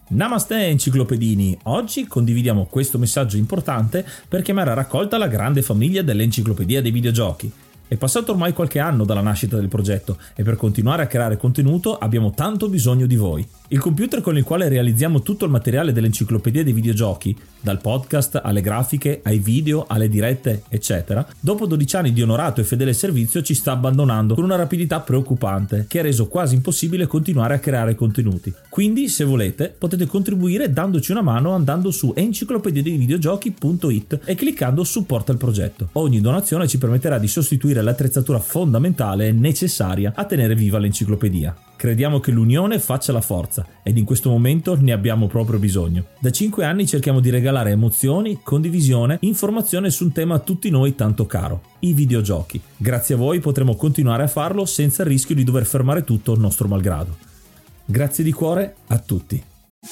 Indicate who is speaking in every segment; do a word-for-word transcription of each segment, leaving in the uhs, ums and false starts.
Speaker 1: Namaste enciclopedini, oggi condividiamo questo messaggio importante per chiamare a raccolta la grande famiglia dell'Enciclopedia dei Videogiochi. È passato ormai qualche anno dalla nascita del progetto e per continuare a creare contenuto abbiamo tanto bisogno di voi. Il computer con il quale realizziamo tutto il materiale dell'Enciclopedia dei Videogiochi, dal podcast alle grafiche, ai video, alle dirette, eccetera, dopo dodici anni di onorato e fedele servizio ci sta abbandonando con una rapidità preoccupante che ha reso quasi impossibile continuare a creare contenuti. Quindi, se volete, potete contribuire dandoci una mano andando su enciclopedia dei videogiochi punto it e cliccando supporta il progetto. Ogni donazione ci permetterà di sostituire l'attrezzatura fondamentale e necessaria a tenere viva l'enciclopedia. Crediamo che l'unione faccia la forza ed in questo momento ne abbiamo proprio bisogno. Da cinque anni cerchiamo di regalare emozioni, condivisione, informazione su un tema a tutti noi tanto caro, i videogiochi. Grazie a voi potremo continuare a farlo senza il rischio di dover fermare tutto nostro malgrado. Grazie di cuore a tutti.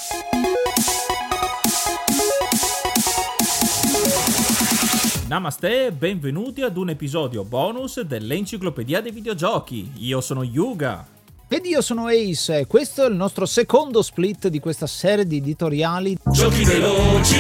Speaker 1: Namaste, benvenuti ad un episodio bonus dell'Enciclopedia dei Videogiochi. Io sono Yuga.
Speaker 2: Ed io sono Ace, questo è il nostro secondo split di questa serie di editoriali
Speaker 1: Giochi veloci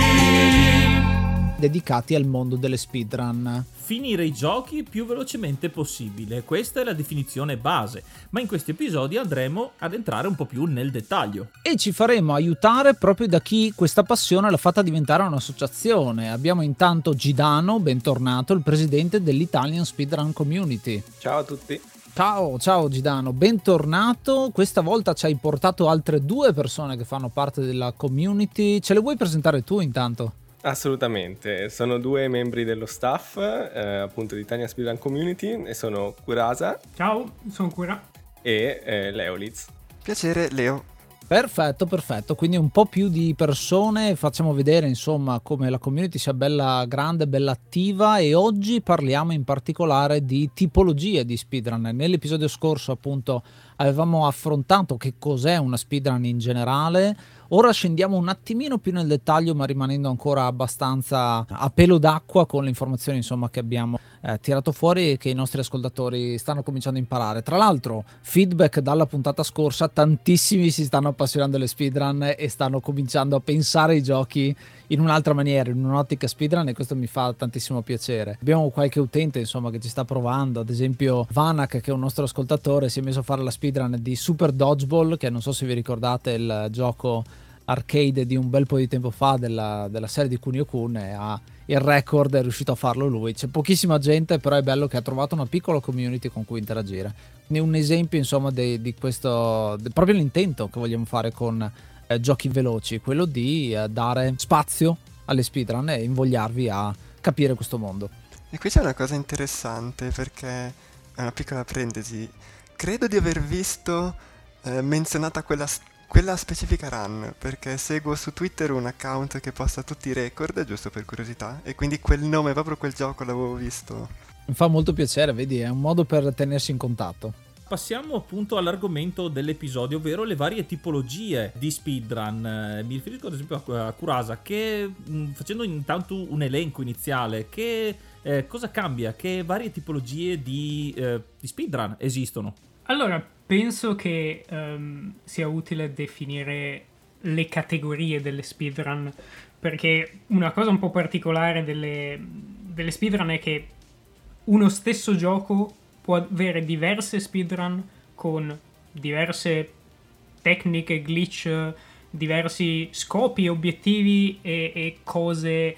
Speaker 2: dedicati al mondo delle speedrun.
Speaker 1: Finire i giochi più velocemente possibile, questa è la definizione base, ma in questi episodi andremo ad entrare un po' più nel dettaglio.
Speaker 2: E ci faremo aiutare proprio da chi questa passione l'ha fatta diventare un'associazione. Abbiamo intanto Gidano, bentornato, il presidente dell'Italian Speedrun Community.
Speaker 3: Ciao a tutti.
Speaker 2: Ciao, ciao Gidano, bentornato. Questa volta ci hai portato altre due persone che fanno parte della community. Ce le vuoi presentare tu intanto?
Speaker 3: Assolutamente, sono due membri dello staff, eh, appunto di Italian Speedrun Community, e sono Kurasa.
Speaker 4: Ciao, sono Kura.
Speaker 3: E eh, Leoliz.
Speaker 5: Piacere, Leo.
Speaker 2: Perfetto, perfetto, quindi un po' più di persone, facciamo vedere insomma come la community sia bella grande, bella attiva, e oggi parliamo in particolare di tipologie di speedrun. Nell'episodio scorso appunto avevamo affrontato che cos'è una speedrun in generale. Ora scendiamo un attimino più nel dettaglio, ma rimanendo ancora abbastanza a pelo d'acqua con le informazioni insomma che abbiamo eh, tirato fuori e che i nostri ascoltatori stanno cominciando a imparare. Tra l'altro, feedback dalla puntata scorsa, tantissimi si stanno appassionando alle speedrun e stanno cominciando a pensare ai giochi in un'altra maniera, in un'ottica speedrun, e questo mi fa tantissimo piacere. Abbiamo qualche utente insomma che ci sta provando, ad esempio Vanak, che è un nostro ascoltatore, si è messo a fare la speedrun di Super Dodgeball, che non so se vi ricordate il gioco arcade di un bel po' di tempo fa della, della serie di Kunio-kun, e ha il record, è riuscito a farlo lui. C'è pochissima gente, però è bello che ha trovato una piccola community con cui interagire. Quindi un esempio insomma di, di questo, di, proprio l'intento che vogliamo fare con eh, giochi veloci, quello di eh, dare spazio alle speedrun e invogliarvi a capire questo mondo.
Speaker 5: E qui c'è una cosa interessante, perché è una piccola parentesi. Credo di aver visto eh, menzionata quella quella specifica run, perché seguo su Twitter un account che posta tutti i record, giusto per curiosità, e quindi quel nome, proprio quel gioco l'avevo visto.
Speaker 2: Mi fa molto piacere, vedi, è un modo per tenersi in contatto.
Speaker 1: Passiamo appunto all'argomento dell'episodio, ovvero le varie tipologie di speedrun. Mi riferisco ad esempio a Kurasa, che facendo intanto un elenco iniziale, che eh, cosa cambia? Che varie tipologie di, eh, di speedrun esistono?
Speaker 4: Allora, penso che um, sia utile definire le categorie delle speedrun, perché una cosa un po' particolare delle, delle speedrun è che uno stesso gioco può avere diverse speedrun con diverse tecniche, glitch, diversi scopi, obiettivi e, e cose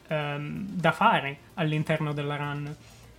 Speaker 4: um, da fare all'interno della run.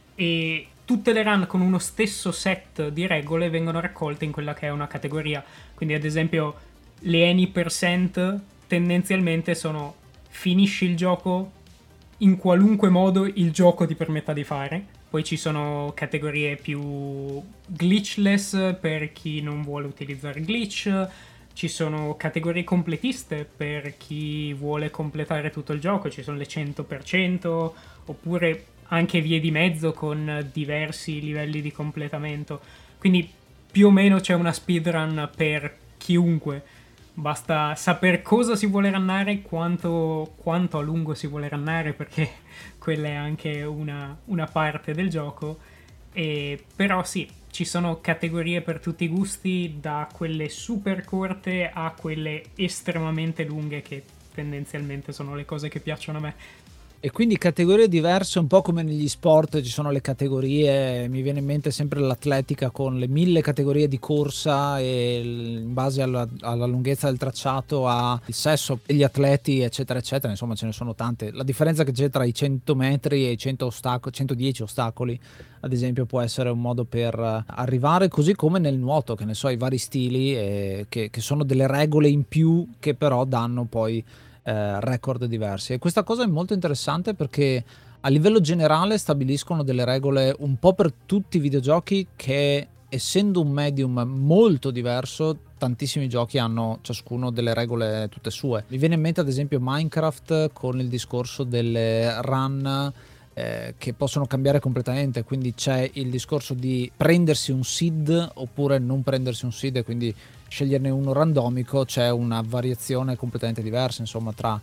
Speaker 4: E tutte le run con uno stesso set di regole vengono raccolte in quella che è una categoria. Quindi ad esempio le any percent tendenzialmente sono: finisci il gioco in qualunque modo il gioco ti permetta di fare. Poi ci sono categorie più glitchless per chi non vuole utilizzare glitch, ci sono categorie completiste per chi vuole completare tutto il gioco, ci sono le cento per cento, oppure anche vie di mezzo con diversi livelli di completamento. Quindi più o meno c'è una speedrun per chiunque. Basta saper cosa si vuole runnare, quanto, quanto a lungo si vuole runnare, perché quella è anche una, una parte del gioco. E, però sì, ci sono categorie per tutti i gusti, da quelle super corte a quelle estremamente lunghe, che tendenzialmente sono le cose che piacciono a me.
Speaker 2: E quindi categorie diverse, un po' come negli sport ci sono le categorie, mi viene in mente sempre l'atletica con le mille categorie di corsa e in base alla, alla lunghezza del tracciato, al sesso degli atleti, eccetera eccetera, insomma ce ne sono tante. La differenza che c'è tra i cento metri e i cento ostacoli, centodieci ostacoli ad esempio, può essere un modo per arrivare, così come nel nuoto, che ne so, i vari stili eh, che, che sono delle regole in più che però danno poi Eh, record diversi. E questa cosa è molto interessante perché a livello generale stabiliscono delle regole un po' per tutti i videogiochi, che essendo un medium molto diverso, tantissimi giochi hanno ciascuno delle regole tutte sue. Mi viene in mente ad esempio Minecraft con il discorso delle run eh, che possono cambiare completamente, quindi c'è il discorso di prendersi un seed oppure non prendersi un seed e quindi sceglierne uno randomico. C'è una variazione completamente diversa, insomma, tra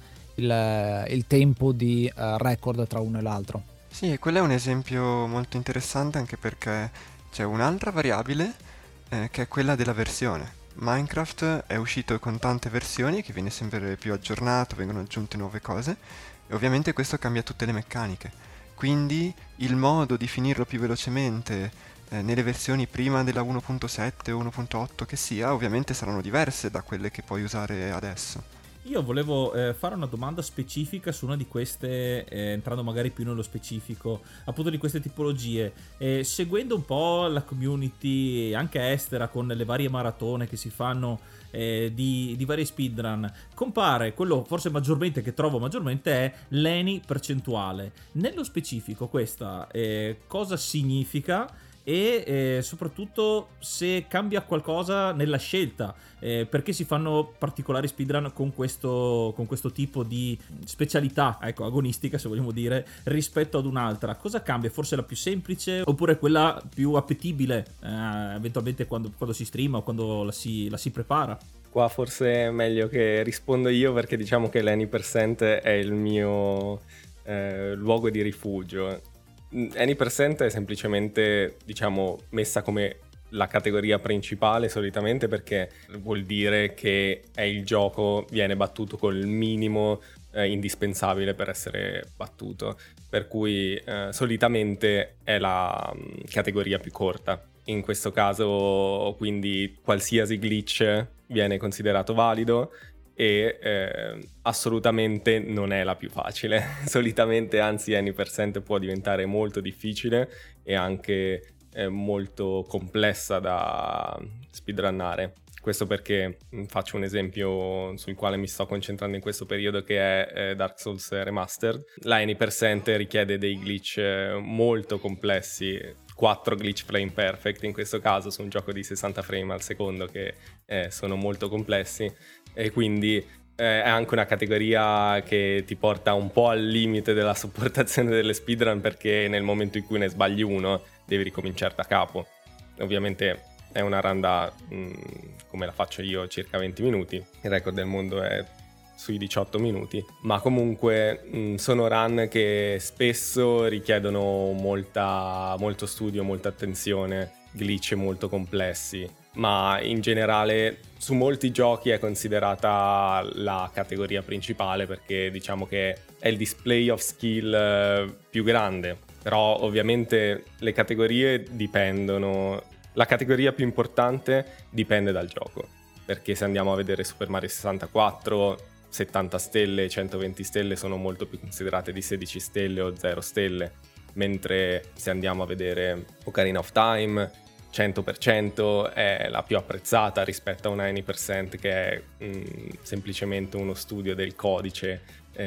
Speaker 2: il, il tempo di uh, record tra uno e l'altro.
Speaker 5: Sì, e quello è un esempio molto interessante, anche perché c'è un'altra variabile eh, che è quella della versione. Minecraft è uscito con tante versioni, che viene sempre più aggiornato, vengono aggiunte nuove cose, e ovviamente questo cambia tutte le meccaniche. Quindi il modo di finirlo più velocemente Eh, nelle versioni prima della uno punto sette o uno punto otto che sia, ovviamente saranno diverse da quelle che puoi usare adesso.
Speaker 1: Io volevo eh, fare una domanda specifica su una di queste, eh, entrando magari più nello specifico appunto di queste tipologie, eh, seguendo un po' la community anche estera con le varie maratone che si fanno eh, di, di varie speedrun. Compare quello forse maggiormente che trovo maggiormente è l'E N I percentuale. Nello specifico questa eh, cosa significa? E eh, soprattutto se cambia qualcosa nella scelta, eh, perché si fanno particolari speedrun con questo, con questo tipo di specialità, ecco, agonistica se vogliamo dire, rispetto ad un'altra. Cosa cambia? Forse la più semplice oppure quella più appetibile eh, eventualmente quando, quando si streama o quando la si, la si prepara?
Speaker 3: Qua forse è meglio che rispondo io, perché diciamo che l'Any percent è il mio eh, luogo di rifugio. Any percent è semplicemente, diciamo, messa come la categoria principale solitamente, perché vuol dire che è il gioco viene battuto col minimo eh, indispensabile per essere battuto, per cui eh, solitamente è la mh, categoria più corta. In questo caso quindi qualsiasi glitch viene considerato valido e eh, assolutamente non è la più facile. Solitamente, anzi, Any percent può diventare molto difficile e anche eh, molto complessa da speedrunnare. Questo perché faccio un esempio sul quale mi sto concentrando in questo periodo, che è eh, Dark Souls Remastered. La Any percent richiede dei glitch eh, molto complessi, quattro glitch frame perfect in questo caso, su un gioco di sessanta frame al secondo, che eh, sono molto complessi, e quindi eh, è anche una categoria che ti porta un po' al limite della sopportazione delle speedrun, perché nel momento in cui ne sbagli uno devi ricominciare da capo. Ovviamente è una run da, mh, come la faccio io, circa venti minuti, il record del mondo è sui diciotto minuti, ma comunque mh, sono run che spesso richiedono molta, molto studio, molta attenzione, glitch molto complessi, ma in generale su molti giochi è considerata la categoria principale, perché diciamo che è il display of skill eh, più grande. Però ovviamente le categorie dipendono, la categoria più importante dipende dal gioco, perché se andiamo a vedere Super Mario sessantaquattro, settanta stelle e centoventi stelle sono molto più considerate di sedici stelle o zero stelle, mentre se andiamo a vedere Ocarina of Time, cento per cento è la più apprezzata rispetto a una Any percent, che è mh, semplicemente uno studio del codice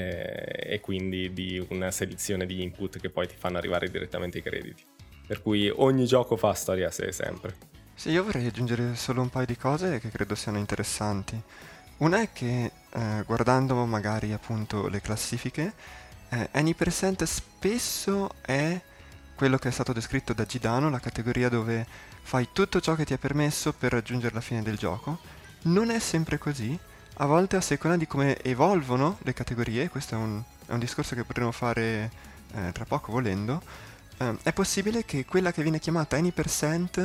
Speaker 3: eh, e quindi di una selezione di input che poi ti fanno arrivare direttamente ai crediti. Per cui ogni gioco fa storia a sé sempre.
Speaker 5: Sì, io vorrei aggiungere solo un paio di cose che credo siano interessanti. Una è che eh, guardando magari appunto le classifiche, eh, Any percent spesso è quello che è stato descritto da Gidano, la categoria dove fai tutto ciò che ti è permesso per raggiungere la fine del gioco. Non è sempre così, a volte a seconda di come evolvono le categorie, questo è un, è un discorso che potremo fare eh, tra poco volendo, eh, è possibile che quella che viene chiamata Any percent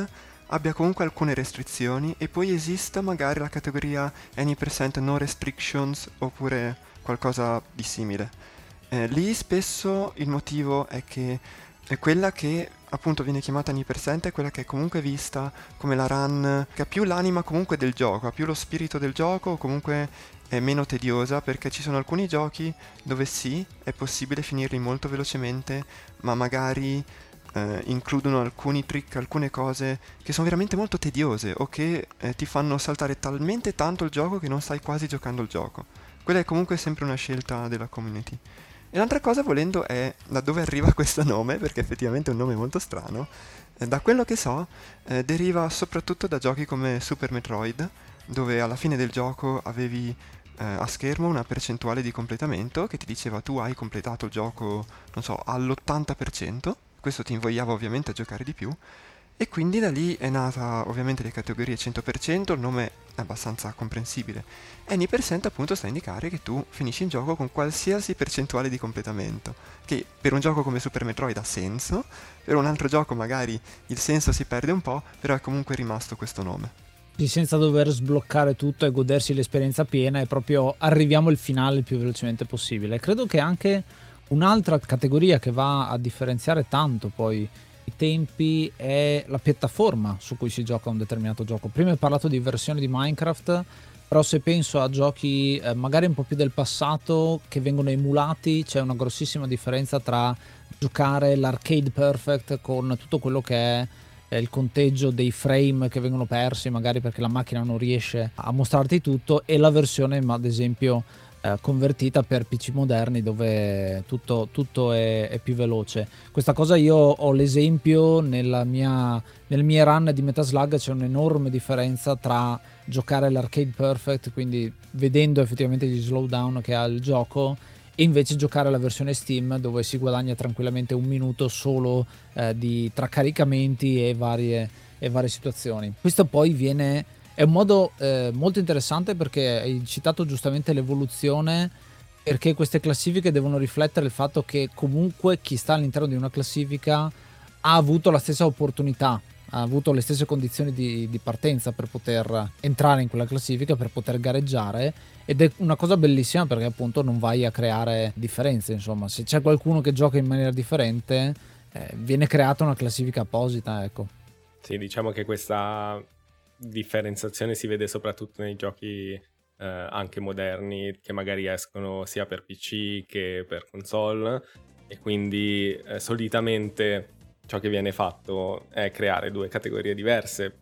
Speaker 5: abbia comunque alcune restrizioni e poi esista magari la categoria Any percent No Restrictions oppure qualcosa di simile. Eh, lì spesso il motivo è che è quella che appunto viene chiamata Any percent, è quella che è comunque vista come la run che ha più l'anima comunque del gioco, ha più lo spirito del gioco, o comunque è meno tediosa, perché ci sono alcuni giochi dove sì, è possibile finirli molto velocemente, ma magari eh, includono alcuni trick, alcune cose che sono veramente molto tediose o che eh, ti fanno saltare talmente tanto il gioco che non stai quasi giocando il gioco. Quella è comunque sempre una scelta della community. E l'altra cosa, volendo, è da dove arriva questo nome, perché effettivamente è un nome molto strano. Eh, da quello che so, eh, deriva soprattutto da giochi come Super Metroid, dove alla fine del gioco avevi eh, a schermo una percentuale di completamento che ti diceva tu hai completato il gioco, non so, all'ottanta per cento. Questo ti invogliava ovviamente a giocare di più. E quindi da lì è nata ovviamente le categorie cento per cento, il nome è abbastanza comprensibile. Any percent appunto sta a indicare che tu finisci il gioco con qualsiasi percentuale di completamento, che per un gioco come Super Metroid ha senso, per un altro gioco magari il senso si perde un po', però è comunque rimasto questo nome.
Speaker 2: Sì, senza dover sbloccare tutto e godersi l'esperienza piena, e proprio arriviamo al finale il più velocemente possibile. Credo che anche un'altra categoria che va a differenziare tanto poi i tempi è la piattaforma su cui si gioca un determinato gioco. Prima ho parlato di versioni di Minecraft, però se penso a giochi eh, magari un po' più del passato che vengono emulati, c'è una grossissima differenza tra giocare l'arcade perfect con tutto quello che è eh, il conteggio dei frame che vengono persi magari perché la macchina non riesce a mostrarti tutto, e la versione ad esempio Eh, convertita per P C moderni dove tutto, tutto è, è più veloce. Questa cosa io ho l'esempio nella mia, nelle mie run di Metaslug. C'è un'enorme differenza tra giocare l'arcade perfect, quindi vedendo effettivamente gli slowdown che ha il gioco, e invece giocare la versione Steam dove si guadagna tranquillamente un minuto solo eh, di, tra caricamenti e varie, e varie situazioni. Questo poi viene È un modo eh, molto interessante, perché hai citato giustamente l'evoluzione, perché queste classifiche devono riflettere il fatto che comunque chi sta all'interno di una classifica ha avuto la stessa opportunità, ha avuto le stesse condizioni di, di partenza per poter entrare in quella classifica, per poter gareggiare, ed è una cosa bellissima perché appunto non vai a creare differenze. Insomma, se c'è qualcuno che gioca in maniera differente eh, viene creata una classifica apposita, ecco.
Speaker 3: Sì, diciamo che questa differenziazione si vede soprattutto nei giochi eh, anche moderni, che magari escono sia per P C che per console, e quindi eh, solitamente ciò che viene fatto è creare due categorie diverse,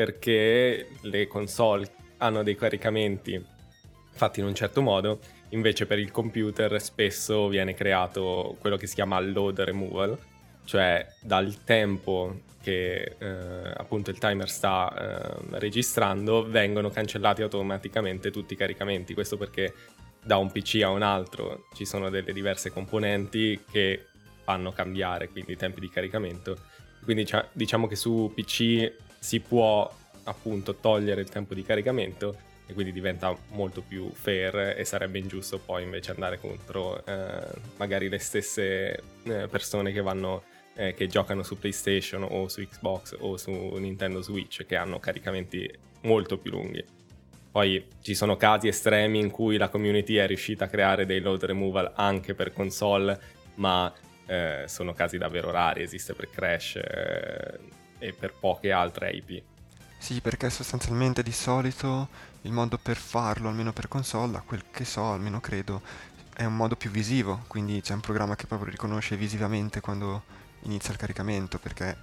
Speaker 3: perché le console hanno dei caricamenti fatti in un certo modo, invece per il computer spesso viene creato quello che si chiama load removal, cioè dal tempo che eh, appunto il timer sta eh, registrando vengono cancellati automaticamente tutti i caricamenti. Questo perché da un P C a un altro ci sono delle diverse componenti che fanno cambiare quindi i tempi di caricamento. Quindi diciamo che su P C si può appunto togliere il tempo di caricamento e quindi diventa molto più fair, e sarebbe ingiusto poi invece andare contro eh, magari le stesse eh, persone che vanno Eh, che giocano su PlayStation o su Xbox o su Nintendo Switch, che hanno caricamenti molto più lunghi. Poi ci sono casi estremi in cui la community è riuscita a creare dei load removal anche per console, ma eh, sono casi davvero rari. Esiste per Crash eh, e per poche altre I P.
Speaker 5: Sì, perché sostanzialmente di solito il modo per farlo, almeno per console, da quel che so, almeno credo, è un modo più visivo, quindi c'è un programma che proprio riconosce visivamente quando inizia il caricamento, perché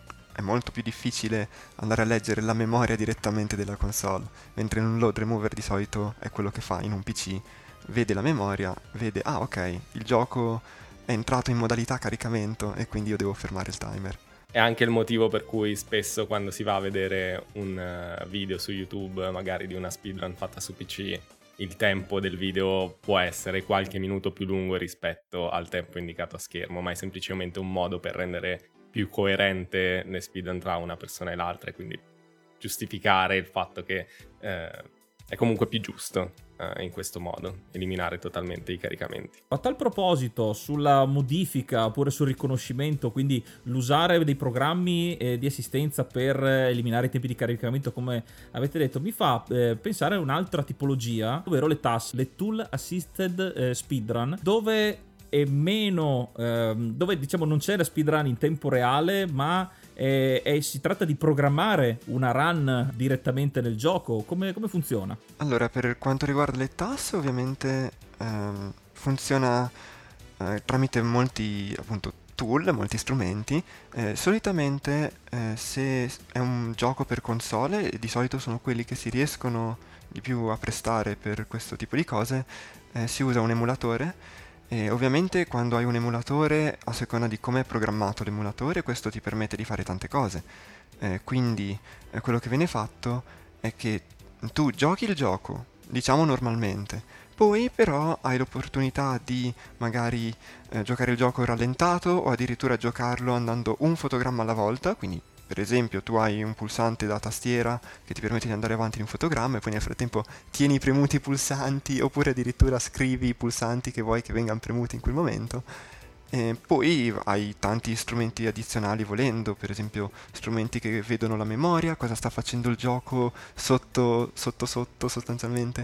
Speaker 5: è molto più difficile andare a leggere la memoria direttamente della console, mentre in un load remover di solito è quello che fa in un P C, vede la memoria, vede ah ok, il gioco è entrato in modalità caricamento e quindi io devo fermare il timer.
Speaker 3: È anche il motivo per cui spesso quando si va a vedere un video su YouTube, magari di una speedrun fatta su P C, il tempo del video può essere qualche minuto più lungo rispetto al tempo indicato a schermo, ma è semplicemente un modo per rendere più coerente le speedrun tra una persona e l'altra, e quindi giustificare il fatto che eh, è comunque più giusto uh, in questo modo, eliminare totalmente i caricamenti.
Speaker 1: A tal proposito, sulla modifica oppure sul riconoscimento, quindi l'usare dei programmi eh, di assistenza per eliminare i tempi di caricamento, come avete detto, mi fa eh, pensare a un'altra tipologia, ovvero le T A S, le Tool Assisted eh, Speedrun, dove è meno, ehm, dove diciamo non c'è la speedrun in tempo reale, ma E, e si tratta di programmare una run direttamente nel gioco. Come, come funziona?
Speaker 5: Allora, per quanto riguarda le T A S, ovviamente ehm, funziona eh, tramite molti appunto tool, molti strumenti. Eh, solitamente eh, se è un gioco per console, e di solito sono quelli che si riescono di più a prestare per questo tipo di cose, eh, si usa un emulatore. E ovviamente quando hai un emulatore, a seconda di come è programmato l'emulatore, questo ti permette di fare tante cose. Eh, quindi eh, quello che viene fatto è che tu giochi il gioco, diciamo normalmente, poi però hai l'opportunità di magari eh, giocare il gioco rallentato o addirittura giocarlo andando un fotogramma alla volta, quindi per esempio tu hai un pulsante da tastiera che ti permette di andare avanti in un fotogramma e poi nel frattempo tieni premuti i pulsanti oppure addirittura scrivi i pulsanti che vuoi che vengano premuti in quel momento. E poi hai tanti strumenti addizionali volendo, per esempio strumenti che vedono la memoria, cosa sta facendo il gioco sotto sotto sotto sostanzialmente.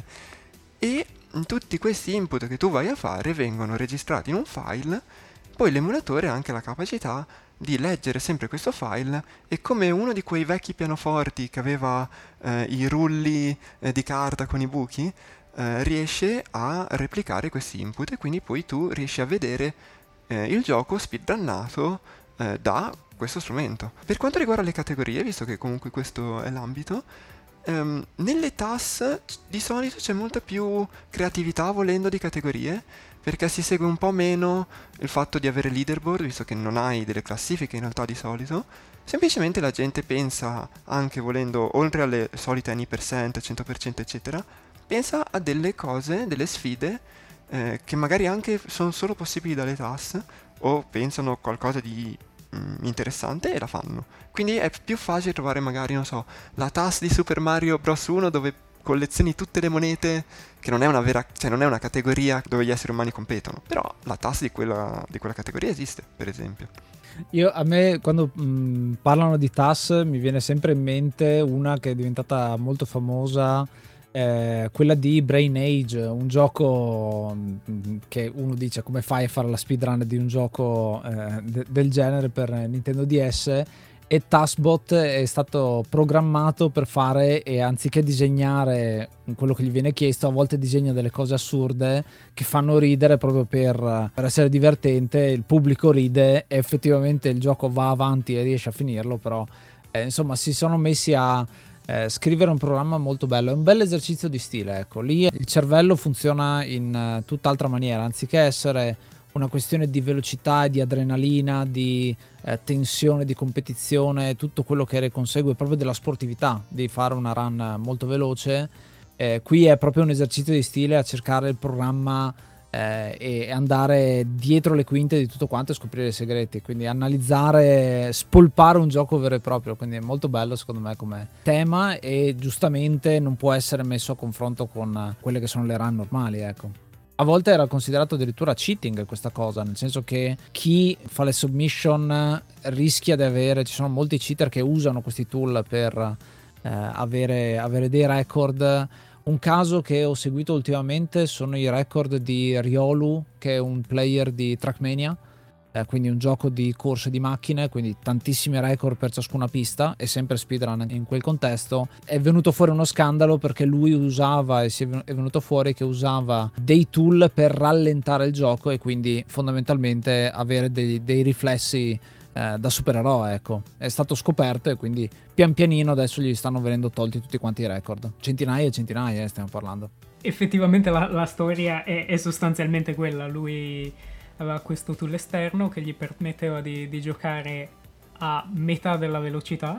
Speaker 5: E tutti questi input che tu vai a fare vengono registrati in un file, poi l'emulatore ha anche la capacità di leggere sempre questo file e come uno di quei vecchi pianoforti che aveva eh, i rulli eh, di carta con i buchi, eh, riesce a replicare questi input e quindi poi tu riesci a vedere eh, il gioco speedrunnato eh, da questo strumento. Per quanto riguarda le categorie, visto che comunque questo è l'ambito, ehm, nelle T A S di solito c'è molta più creatività volendo di categorie, perché si segue un po' meno il fatto di avere leaderboard, visto che non hai delle classifiche in realtà di solito. Semplicemente la gente pensa, anche volendo, oltre alle solite any percent, cento per cento eccetera, pensa a delle cose, delle sfide, eh, che magari anche sono solo possibili dalle T A S, o pensano a qualcosa di mm, interessante e la fanno. Quindi è più facile trovare magari, non so, la T A S di Super Mario Bros. uno dove collezioni tutte le monete, che non è una vera, cioè non è una categoria dove gli esseri umani competono, però la T A S di quella, di quella categoria esiste, per esempio.
Speaker 2: Io, a me quando mh, parlano di T A S mi viene sempre in mente una che è diventata molto famosa, eh, quella di Brain Age, un gioco mh, che uno dice come fai a fare la speedrun di un gioco eh, de- del genere per Nintendo D S. E TASBot è stato programmato per fare, e anziché disegnare quello che gli viene chiesto, a volte disegna delle cose assurde che fanno ridere proprio per, per essere divertente. Il pubblico ride e effettivamente il gioco va avanti e riesce a finirlo, però eh, insomma si sono messi a eh, scrivere un programma molto bello. È un bel esercizio di stile, ecco. Lì il cervello funziona in uh, tutt'altra maniera, anziché essere una questione di velocità e di adrenalina, di eh, tensione, di competizione, tutto quello che ne consegue proprio della sportività, di fare una run molto veloce. Eh, qui è proprio un esercizio di stile a cercare il programma eh, e andare dietro le quinte di tutto quanto e scoprire i segreti, quindi analizzare, spolpare un gioco vero e proprio, quindi è molto bello secondo me come tema e giustamente non può essere messo a confronto con quelle che sono le run normali, ecco. A volte era considerato addirittura cheating questa cosa, nel senso che chi fa le submission rischia di avere, ci sono molti cheater che usano questi tool per eh, avere, avere dei record. Un caso che ho seguito ultimamente sono i record di Riolu, che è un player di Trackmania, eh, quindi un gioco di corse di macchine, quindi tantissimi record per ciascuna pista e sempre speedrun in quel contesto. È venuto fuori uno scandalo perché lui usava, e si è venuto fuori che usava dei tool per rallentare il gioco e quindi fondamentalmente avere dei, dei riflessi eh, da supereroe, ecco. È stato scoperto e quindi pian pianino adesso gli stanno venendo tolti tutti quanti i record, centinaia e centinaia eh, stiamo parlando.
Speaker 4: Effettivamente la, la storia è, è sostanzialmente quella. Lui aveva questo tool esterno che gli permetteva di, di giocare a metà della velocità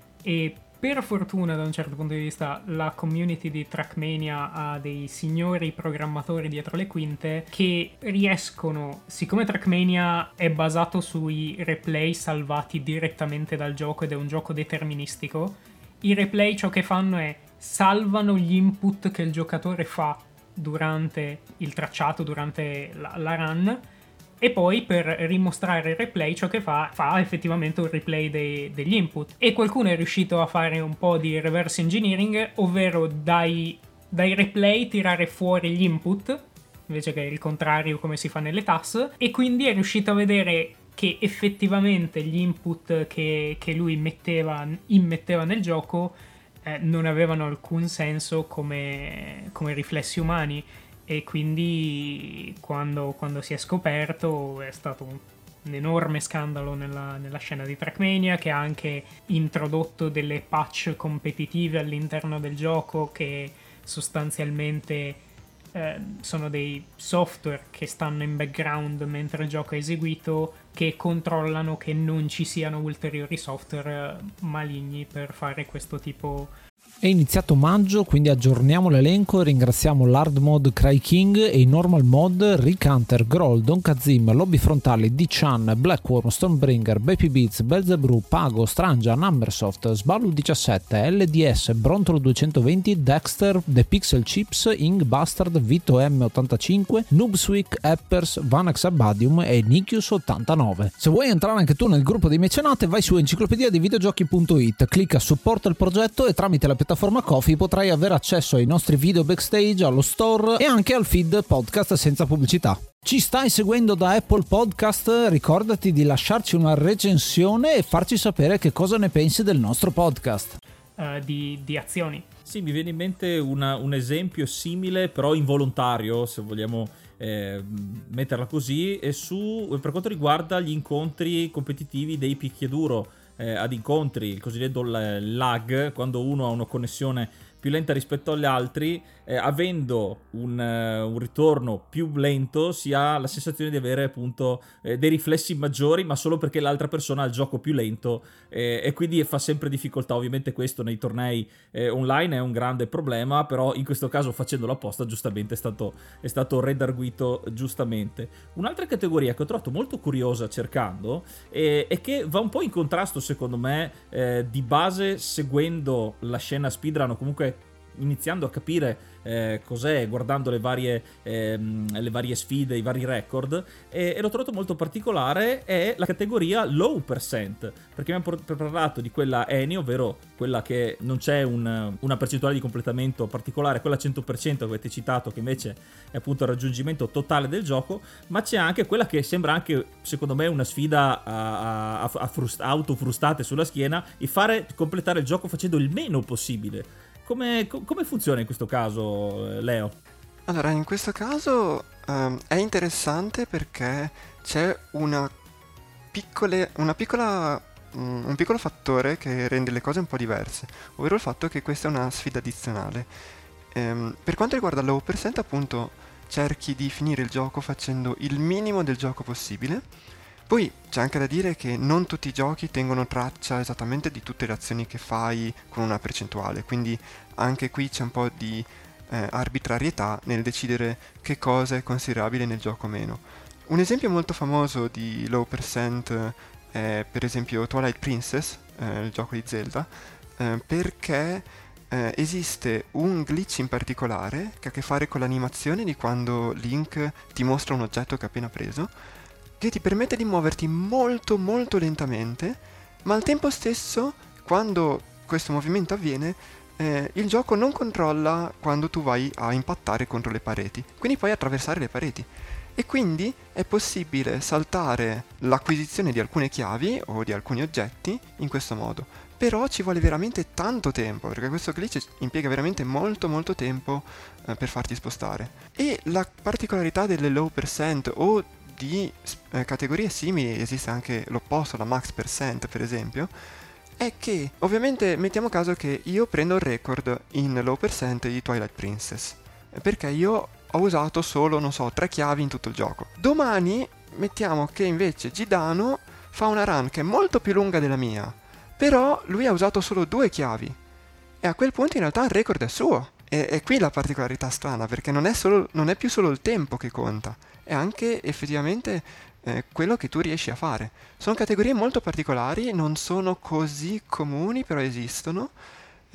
Speaker 4: e per fortuna da un certo punto di vista la community di Trackmania ha dei signori programmatori dietro le quinte che riescono, siccome Trackmania è basato sui replay salvati direttamente dal gioco ed è un gioco deterministico, i replay ciò che fanno è salvano gli input che il giocatore fa durante il tracciato, durante la, la run, e poi per rimostrare il replay ciò che fa fa effettivamente un replay dei, degli input. E qualcuno è riuscito a fare un po' di reverse engineering, ovvero dai, dai replay tirare fuori gli input invece che il contrario come si fa nelle T A S, e quindi è riuscito a vedere che effettivamente gli input che, che lui metteva, immetteva nel gioco eh, non avevano alcun senso come, come riflessi umani. E quindi quando, quando si è scoperto è stato un, un enorme scandalo nella, nella scena di Trackmania, che ha anche introdotto delle patch competitive all'interno del gioco che sostanzialmente eh, sono dei software che stanno in background mentre il gioco è eseguito, che controllano che non ci siano ulteriori software maligni per fare questo tipo.
Speaker 2: È iniziato maggio, quindi aggiorniamo l'elenco e ringraziamo l'hard mod Cry King e i normal mod Rick Hunter, Groll, Don Kazim, Lobby Frontali, D-Chan, Blackworm, Stonebringer, Baby Beats, Belzebrew, Pago, Strangia, Numbersoft, Sballu diciassette, L D S, Brontolo duecentoventi, Dexter, The Pixel Chips, Ing Bastard, Vito M ottantacinque, Noobswick, Eppers, Vanax Abadium e Nikius ottantanove. Se vuoi entrare anche tu nel gruppo dei mecenate, vai su enciclopedia dei videogiochi punto it, clicca supporta il progetto e tramite la piattaforma Ko-fi potrai avere accesso ai nostri video backstage, allo store e anche al feed podcast senza pubblicità. Ci stai seguendo da Apple Podcast? Ricordati di lasciarci una recensione e farci sapere che cosa ne pensi del nostro podcast.
Speaker 4: Uh, di, di azioni.
Speaker 1: Sì, mi viene in mente una, un esempio simile, però involontario, se vogliamo eh, metterla così, e su, per quanto riguarda gli incontri competitivi dei picchiaduro. Eh, ad incontri, il cosiddetto lag, quando uno ha una connessione più lenta rispetto agli altri, eh, avendo un, uh, un ritorno più lento si ha la sensazione di avere appunto eh, dei riflessi maggiori, ma solo perché l'altra persona ha il gioco più lento, eh, e quindi fa sempre difficoltà. Ovviamente questo nei tornei eh, online è un grande problema, però in questo caso facendolo apposta giustamente è stato, è stato redarguito giustamente. Un'altra categoria che ho trovato molto curiosa cercando e eh, che va un po' in contrasto secondo me eh, di base, seguendo la scena speedrun o comunque iniziando a capire eh, cos'è, guardando le varie, ehm, le varie sfide, i vari record, e, e l'ho trovato molto particolare, è la categoria low percent, perché abbiamo parlato di quella Eni, ovvero quella che non c'è un, una percentuale di completamento particolare, quella cento per cento che avete citato, che invece è appunto il raggiungimento totale del gioco, ma c'è anche quella che sembra anche, secondo me, una sfida a, a, a frust- autofrustate sulla schiena, e fare completare il gioco facendo il meno possibile. Come, come funziona in questo caso, Leo?
Speaker 5: Allora, in questo caso um, è interessante perché c'è una, piccole, una piccola, um, un piccolo fattore che rende le cose un po' diverse, ovvero il fatto che questa è una sfida addizionale. Um, per quanto riguarda low percent, appunto, cerchi di finire il gioco facendo il minimo del gioco possibile. Poi c'è anche da dire che non tutti i giochi tengono traccia esattamente di tutte le azioni che fai con una percentuale, quindi anche qui c'è un po' di eh, arbitrarietà nel decidere che cosa è considerabile nel gioco o meno. Un esempio molto famoso di low percent è per esempio Twilight Princess, eh, il gioco di Zelda, eh, perché eh, esiste un glitch in particolare che ha a che fare con l'animazione di quando Link ti mostra un oggetto che ha appena preso, che ti permette di muoverti molto molto lentamente, ma al tempo stesso, quando questo movimento avviene, eh, il gioco non controlla quando tu vai a impattare contro le pareti, quindi puoi attraversare le pareti. E quindi è possibile saltare l'acquisizione di alcune chiavi o di alcuni oggetti in questo modo. Però ci vuole veramente tanto tempo, perché questo glitch impiega veramente molto molto tempo eh, per farti spostare. E la particolarità delle low percent o di eh, categorie simili, esiste anche l'opposto, la max percent per esempio, è che ovviamente mettiamo caso che io prendo il record in low percent di Twilight Princess, perché io ho usato solo, non so, tre chiavi in tutto il gioco. Domani mettiamo che invece Gidano fa una run che è molto più lunga della mia, però lui ha usato solo due chiavi, e a quel punto in realtà il record è suo. E, e qui la particolarità strana, perché non è, solo, non è più solo il tempo che conta, è anche effettivamente eh, quello che tu riesci a fare. Sono categorie molto particolari, non sono così comuni, però esistono,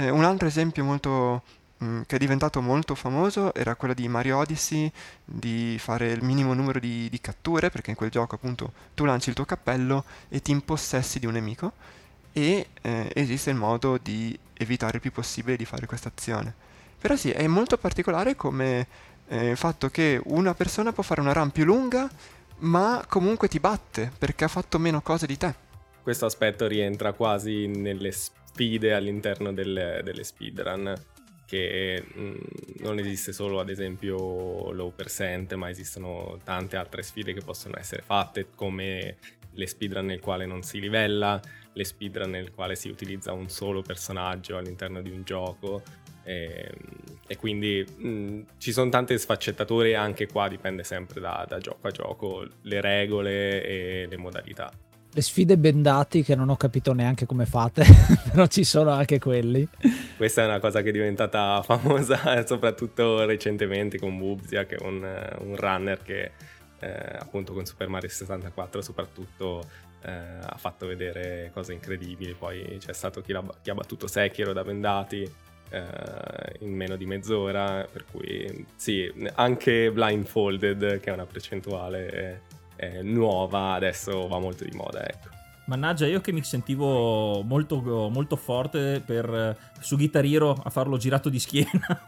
Speaker 5: Eh, un altro esempio molto mh, che è diventato molto famoso era quello di Mario Odyssey, di fare il minimo numero di, di catture, perché in quel gioco appunto tu lanci il tuo cappello e ti impossessi di un nemico, e eh, esiste il modo di evitare il più possibile di fare questa azione. Però sì, è molto particolare come eh, il fatto che una persona può fare una run più lunga, ma comunque ti batte perché ha fatto meno cose di te.
Speaker 3: Questo aspetto rientra quasi nelle sfide all'interno delle, delle speedrun, che mh, non esiste solo ad esempio low percent, ma esistono tante altre sfide che possono essere fatte, come le speedrun nel quale non si livella, le speedrun nel quale si utilizza un solo personaggio all'interno di un gioco, e, e quindi mh, ci sono tante sfaccettature. Anche qua dipende sempre da, da gioco a gioco le regole e le modalità.
Speaker 2: Le sfide bendati che non ho capito neanche come fate, però ci sono anche quelli.
Speaker 3: Questa è una cosa che è diventata famosa soprattutto recentemente con Bubzia, che è un, un runner che eh, appunto con Super Mario sessantaquattro soprattutto eh, ha fatto vedere cose incredibili. Poi c'è stato chi, chi ha battuto Sekiro da bendati eh, in meno di mezz'ora, per cui sì, anche Blindfolded, che è una percentuale eh, nuova, adesso va molto di moda, ecco.
Speaker 1: Mannaggia, io che mi sentivo molto, molto forte per, su Guitar Hero a farlo girato di schiena.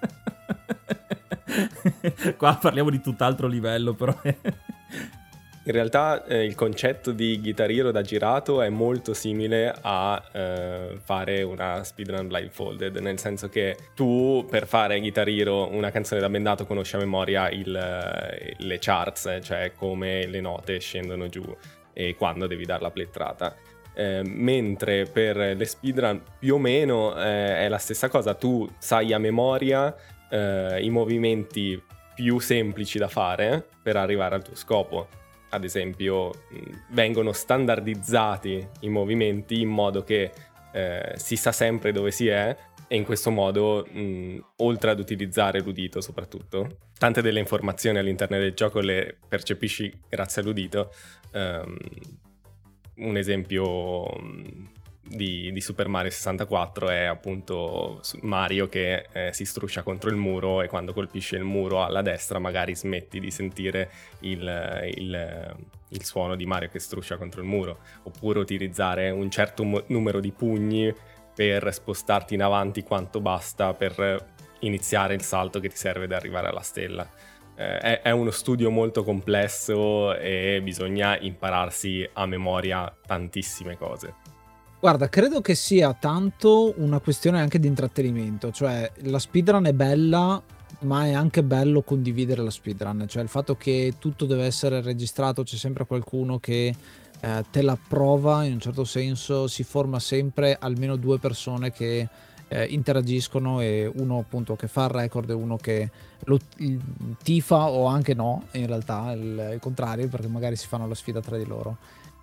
Speaker 1: Qua parliamo di tutt'altro livello, però.
Speaker 3: In realtà eh, il concetto di Guitar Hero da girato è molto simile a eh, fare una speedrun blindfolded, nel senso che tu per fare Guitar Hero una canzone da bendato conosci a memoria il, le charts, cioè come le note scendono giù e quando devi dare la plettrata. Eh, mentre per le speedrun più o meno eh, è la stessa cosa, tu sai a memoria eh, i movimenti più semplici da fare per arrivare al tuo scopo. Ad esempio vengono standardizzati i movimenti in modo che eh, si sa sempre dove si è, e in questo modo mh, oltre ad utilizzare l'udito soprattutto, tante delle informazioni all'interno del gioco le percepisci grazie all'udito. Um, un esempio di, di Super Mario sessantaquattro è appunto Mario che eh, si struscia contro il muro, e quando colpisce il muro alla destra magari smetti di sentire il, il, il suono di Mario che struscia contro il muro, oppure utilizzare un certo mo- numero di pugni per spostarti in avanti quanto basta per iniziare il salto che ti serve ad arrivare alla stella. Eh, è, è uno studio molto complesso e bisogna impararsi a memoria tantissime cose.
Speaker 2: Guarda, credo che sia tanto una questione anche di intrattenimento, cioè la speedrun è bella, ma è anche bello condividere la speedrun, cioè il fatto che tutto deve essere registrato, c'è sempre qualcuno che eh, te la prova, in un certo senso si forma sempre almeno due persone che eh, interagiscono, e uno appunto che fa il record e uno che lo tifa, o anche no, in realtà il, il contrario, perché magari si fanno la sfida tra di loro.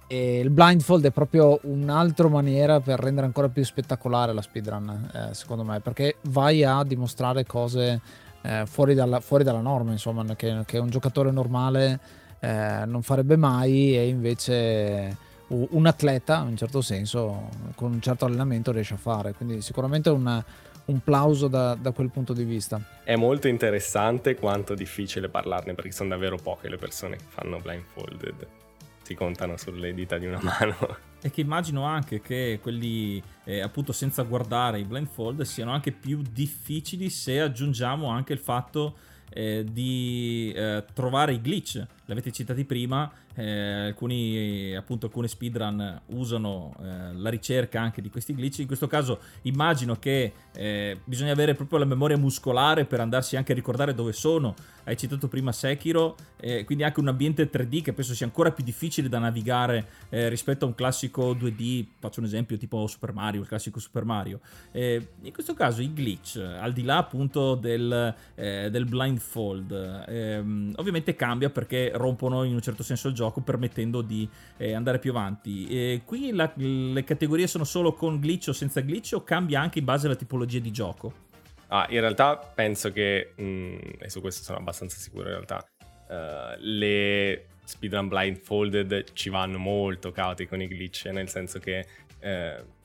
Speaker 2: E il blindfold è proprio un'altra maniera per rendere ancora più spettacolare la speedrun, eh, secondo me, perché vai a dimostrare cose eh, fuori, dalla, fuori dalla norma, insomma, che, che un giocatore normale eh, non farebbe mai, e invece un atleta, in un certo senso, con un certo allenamento riesce a fare. Quindi sicuramente un, un plauso da, da quel punto di vista.
Speaker 3: È molto interessante quanto difficile parlarne, perché sono davvero poche le persone che fanno blindfolded. Si contano sulle dita di una mano.
Speaker 1: E che immagino anche che quelli eh, appunto senza guardare i blindfold siano anche più difficili se aggiungiamo anche il fatto eh, di eh, trovare i glitch. L'avete citati prima, eh, alcuni appunto alcune speedrun usano eh, la ricerca anche di questi glitch. In questo caso immagino che eh, bisogna avere proprio la memoria muscolare per andarsi anche a ricordare dove sono. Hai citato prima Sekiro, eh, quindi anche un ambiente tre D che penso sia ancora più difficile da navigare eh, rispetto a un classico due D. Faccio un esempio tipo Super Mario, il classico Super Mario. Eh, in questo caso i glitch, al di là appunto del, eh, del blindfold, ehm, ovviamente cambia perché rompono in un certo senso il gioco, permettendo di eh, andare più avanti. E qui la, le categorie sono solo con glitch o senza glitch, o cambia anche in base alla tipologia di gioco?
Speaker 3: Ah, in realtà penso che, mh, e su questo sono abbastanza sicuro in realtà, uh, le speedrun blindfolded ci vanno molto cauti con i glitch, nel senso che uh,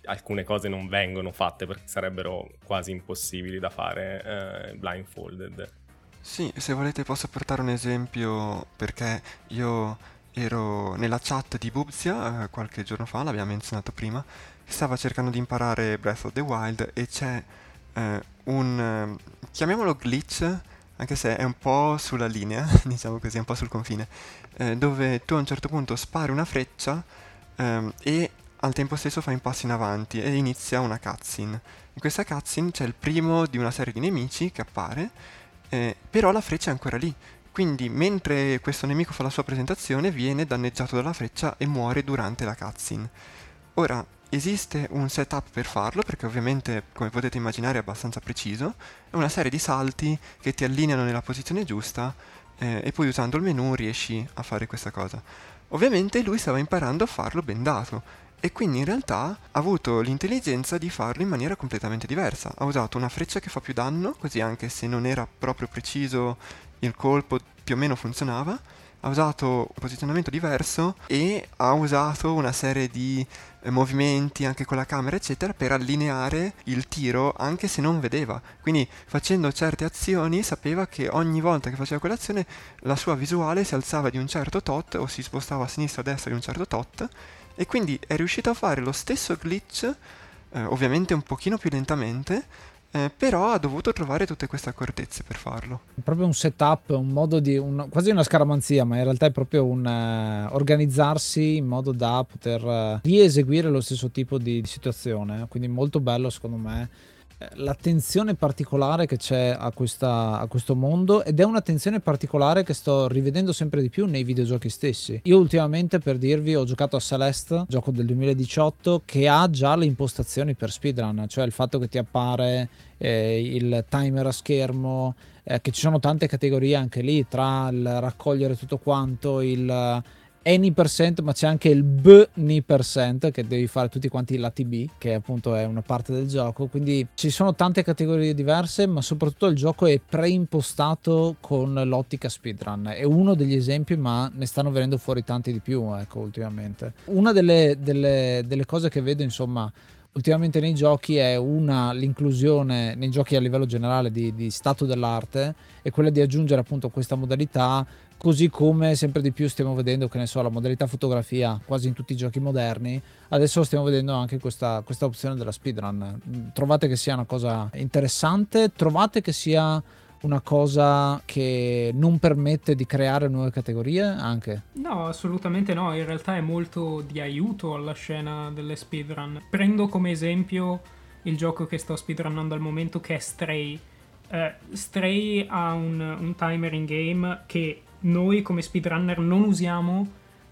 Speaker 3: alcune cose non vengono fatte perché sarebbero quasi impossibili da fare eh, blindfolded.
Speaker 5: Sì, se volete posso portare un esempio, perché io ero nella chat di Bubzia eh, qualche giorno fa, l'abbiamo menzionato prima, che stava cercando di imparare Breath of the Wild e c'è eh, un, eh, chiamiamolo glitch, anche se è un po' sulla linea, diciamo così, un po' sul confine, eh, dove tu a un certo punto spari una freccia ehm, e al tempo stesso fai un passo in avanti e inizia una cutscene. In questa cutscene c'è il primo di una serie di nemici che appare, eh, però la freccia è ancora lì. Quindi mentre questo nemico fa la sua presentazione viene danneggiato dalla freccia e muore durante la cutscene. Ora, esiste un setup per farlo, perché ovviamente, come potete immaginare, è abbastanza preciso. È una serie di salti che ti allineano nella posizione giusta eh, e poi usando il menu riesci a fare questa cosa. Ovviamente lui stava imparando a farlo bendato e quindi in realtà ha avuto l'intelligenza di farlo in maniera completamente diversa. Ha usato una freccia che fa più danno, così anche se non era proprio preciso il colpo più o meno funzionava. Ha usato un posizionamento diverso e ha usato una serie di eh, movimenti anche con la camera eccetera per allineare il tiro anche se non vedeva. Quindi facendo certe azioni sapeva che ogni volta che faceva quell'azione la sua visuale si alzava di un certo tot o si spostava a sinistra o a destra di un certo tot e quindi è riuscito a fare lo stesso glitch, eh, ovviamente un pochino più lentamente, eh, però ha dovuto trovare tutte queste accortezze per farlo.
Speaker 2: È proprio un setup, un modo di un, quasi una scaramanzia, ma in realtà è proprio un uh, organizzarsi in modo da poter uh, rieseguire lo stesso tipo di, di situazione. Quindi molto bello secondo me l'attenzione particolare che c'è a, questa, a questo mondo, ed è un'attenzione particolare che sto rivedendo sempre di più nei videogiochi stessi. Io ultimamente, per dirvi, ho giocato a Celeste, gioco del duemiladiciotto, che ha già le impostazioni per speedrun, cioè il fatto che ti appare eh, il timer a schermo, eh, che ci sono tante categorie anche lì, tra il raccogliere tutto quanto, il any percent, ma c'è anche il b-ni percent che devi fare tutti quanti l'A T B, che appunto è una parte del gioco. Quindi ci sono tante categorie diverse, ma soprattutto il gioco è preimpostato con l'ottica speedrun. È uno degli esempi, ma ne stanno venendo fuori tanti di più, ecco, ultimamente. Una delle, delle, delle cose che vedo, insomma, ultimamente nei giochi è una l'inclusione nei giochi a livello generale di, di stato dell'arte, è quella di aggiungere appunto questa modalità, così come sempre di più stiamo vedendo, che ne so, la modalità fotografia quasi in tutti i giochi moderni. Adesso stiamo vedendo anche questa, questa opzione della speedrun. Trovate che sia una cosa interessante? Trovate che sia una cosa che non permette di creare nuove categorie anche? No,
Speaker 4: assolutamente no, in realtà è molto di aiuto alla scena delle speedrun. Prendo come esempio il gioco che sto speedrunnando al momento, che è Stray. Uh, Stray ha un, un timer in game che noi come speedrunner non usiamo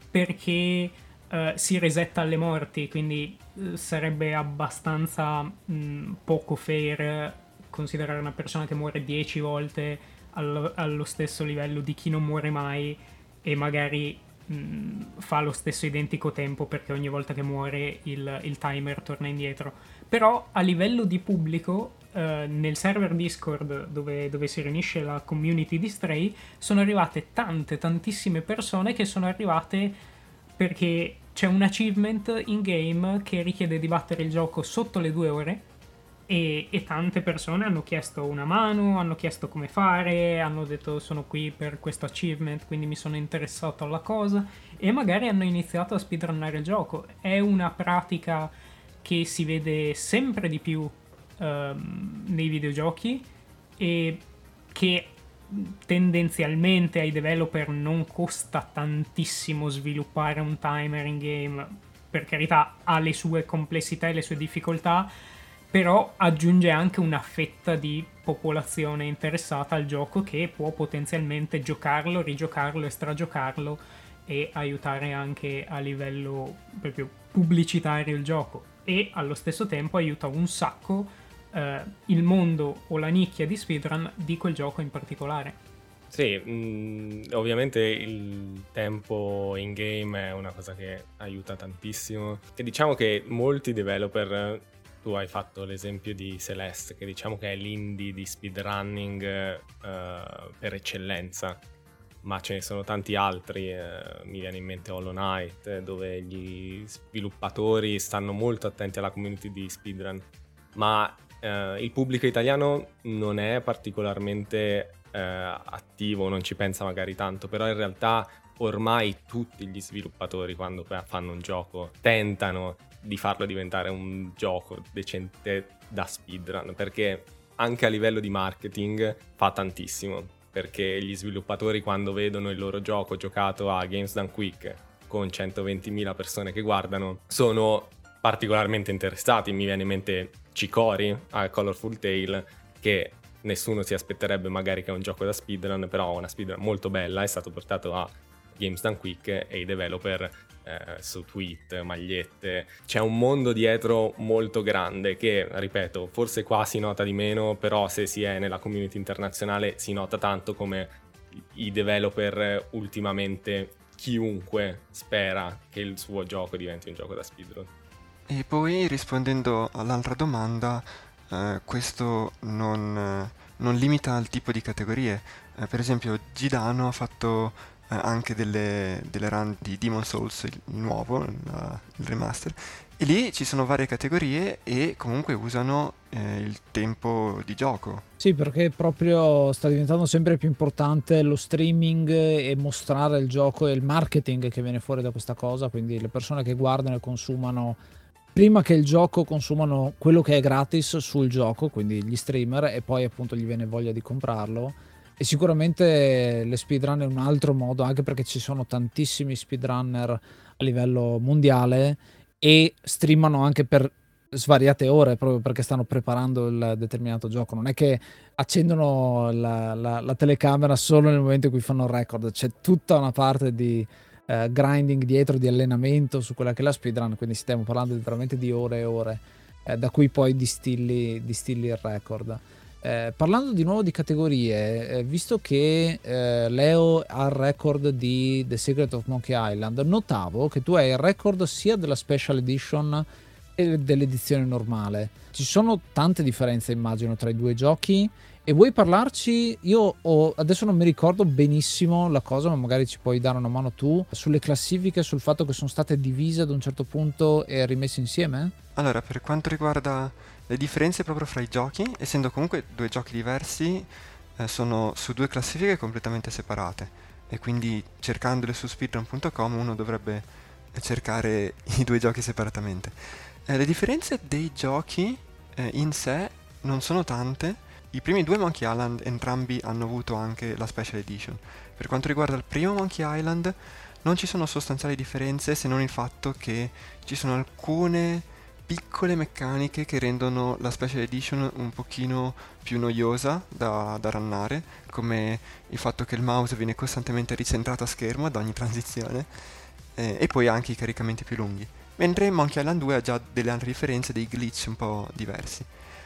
Speaker 4: perché uh, si resetta alle morti, quindi uh, sarebbe abbastanza mh, poco fair considerare una persona che muore dieci volte allo, allo stesso livello di chi non muore mai e magari mh, fa lo stesso identico tempo perché ogni volta che muore il, il timer torna indietro. Però a livello di pubblico, Uh, nel server Discord dove, dove si riunisce la community di Stray, sono arrivate tante, tantissime persone che sono arrivate perché c'è un achievement in game che richiede di battere il gioco sotto le due ore e, e tante persone hanno chiesto una mano, hanno chiesto come fare, hanno detto sono qui per questo achievement, quindi mi sono interessato alla cosa, e magari hanno iniziato a speedrunnare il gioco. È una pratica che si vede sempre di più Um, nei videogiochi e che tendenzialmente ai developer non costa tantissimo sviluppare un timer in game. Per carità, ha le sue complessità e le sue difficoltà, però aggiunge anche una fetta di popolazione interessata al gioco che può potenzialmente giocarlo, rigiocarlo e stragiocarlo e aiutare anche a livello proprio pubblicitario il gioco, e allo stesso tempo aiuta un sacco Uh, il mondo o la nicchia di speedrun di quel gioco in particolare.
Speaker 3: Sì, mh, ovviamente il tempo in game è una cosa che aiuta tantissimo, e diciamo che molti developer, tu hai fatto l'esempio di Celeste, che diciamo che è l'indie di speedrunning uh, per eccellenza. ma ce ne sono tanti altri, eh, mi viene in mente Hollow Knight, eh, dove gli sviluppatori stanno molto attenti alla community di speedrun, ma eh, il pubblico italiano non è particolarmente eh, attivo, non ci pensa magari tanto, però in realtà ormai tutti gli sviluppatori quando fanno un gioco tentano di farlo diventare un gioco decente da speedrun, perché anche a livello di marketing fa tantissimo, perché gli sviluppatori quando vedono il loro gioco giocato a Games Done Quick con centoventimila persone che guardano sono particolarmente interessati. Mi viene in mente Cicori a Colorful Tale, che nessuno si aspetterebbe magari che è un gioco da speedrun, però è una speedrun molto bella, è stato portato a Games Done Quick e i developer eh, su tweet, magliette, c'è un mondo dietro molto grande che, ripeto, forse qua si nota di meno, però se si è nella community internazionale si nota tanto come i developer ultimamente, chiunque spera che il suo gioco diventi un gioco da speedrun.
Speaker 5: E poi rispondendo all'altra domanda, eh, questo non, eh, non limita il tipo di categorie. Eh, per esempio Gidano ha fatto eh, anche delle, delle run di Demon's Souls, il nuovo, la, il remaster, e lì ci sono varie categorie e comunque usano eh, il tempo di gioco.
Speaker 2: Sì, perché proprio sta diventando sempre più importante lo streaming e mostrare il gioco e il marketing che viene fuori da questa cosa, quindi le persone che guardano e consumano prima che il gioco consumano quello che è gratis sul gioco, quindi gli streamer, e poi appunto gli viene voglia di comprarlo. E sicuramente le speedrun è un altro modo, anche perché ci sono tantissimi speedrunner a livello mondiale e streamano anche per svariate ore proprio perché stanno preparando il determinato gioco. Non è che accendono la, la, la telecamera solo nel momento in cui fanno il record, c'è tutta una parte di Uh, grinding dietro, di allenamento su quella che è la speedrun, quindi stiamo parlando di, veramente di ore e ore, eh, da cui poi distilli, distilli il record. Eh, parlando di nuovo di categorie, eh, visto che eh, Leo ha il record di The Secret of Monkey Island, notavo che tu hai il record sia della Special Edition e dell'edizione normale. Ci sono tante differenze, immagino, tra i due giochi. E vuoi parlarci? Io ho, adesso non mi ricordo benissimo la cosa, ma magari ci puoi dare una mano tu, sulle classifiche, sul fatto che sono state divise ad un certo punto e rimesse insieme?
Speaker 5: Allora, per quanto riguarda le differenze proprio fra i giochi, essendo comunque due giochi diversi, eh, sono su due classifiche completamente separate, e quindi cercandole su speedrun punto com uno dovrebbe cercare i due giochi separatamente. Eh, le differenze dei giochi eh, in sé non sono tante. I primi due Monkey Island entrambi hanno avuto anche la Special Edition. Per quanto riguarda il primo Monkey Island non ci sono sostanziali differenze, se non il fatto che ci sono alcune piccole meccaniche che rendono la Special Edition un pochino più noiosa da, da runnare, come il fatto che il mouse viene costantemente ricentrato a schermo ad ogni transizione, eh, e poi anche i caricamenti più lunghi. Mentre Monkey Island due ha già delle altre differenze, dei glitch un po' diversi.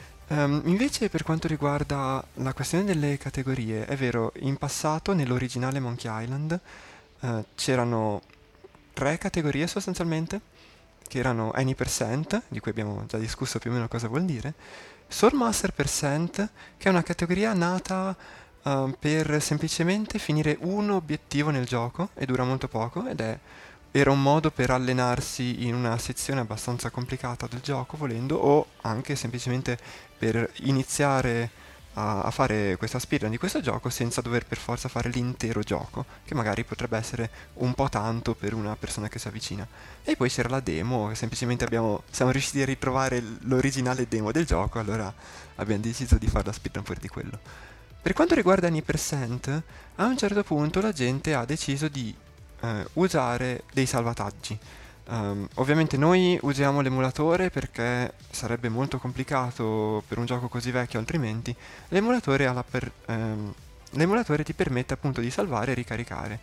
Speaker 5: Um, invece per quanto riguarda la questione delle categorie, è vero, in passato nell'originale Monkey Island uh, c'erano tre categorie sostanzialmente, che erano Any Percent, di cui abbiamo già discusso più o meno cosa vuol dire, Swordmaster Percent, che è una categoria nata uh, per semplicemente finire un obiettivo nel gioco, e dura molto poco, ed è era un modo per allenarsi in una sezione abbastanza complicata del gioco, volendo, o anche semplicemente per iniziare a, a fare questa speedrun di questo gioco senza dover per forza fare l'intero gioco, che magari potrebbe essere un po' tanto per una persona che si avvicina. E poi c'era la demo, semplicemente abbiamo, siamo riusciti a ritrovare l'originale demo del gioco, allora abbiamo deciso di fare la speedrun pure di quello. Per quanto riguarda Any Percent, a un certo punto la gente ha deciso di Uh, usare dei salvataggi. Um, ovviamente noi usiamo l'emulatore perché sarebbe molto complicato per un gioco così vecchio, altrimenti l'emulatore, ha la per, um, l'emulatore ti permette appunto di salvare e ricaricare.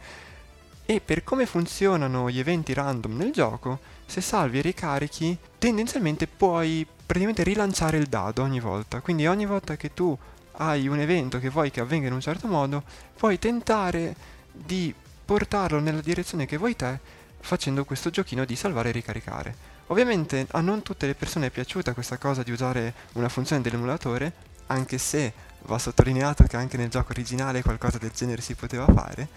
Speaker 5: E per come funzionano gli eventi random nel gioco, se salvi e ricarichi tendenzialmente puoi praticamente rilanciare il dado ogni volta, quindi ogni volta che tu hai un evento che vuoi che avvenga in un certo modo, puoi tentare di portarlo nella direzione che vuoi te, facendo questo giochino di salvare e ricaricare. Ovviamente a non tutte le persone è piaciuta questa cosa di usare una funzione dell'emulatore, anche se va sottolineato che anche nel gioco originale qualcosa del genere si poteva fare,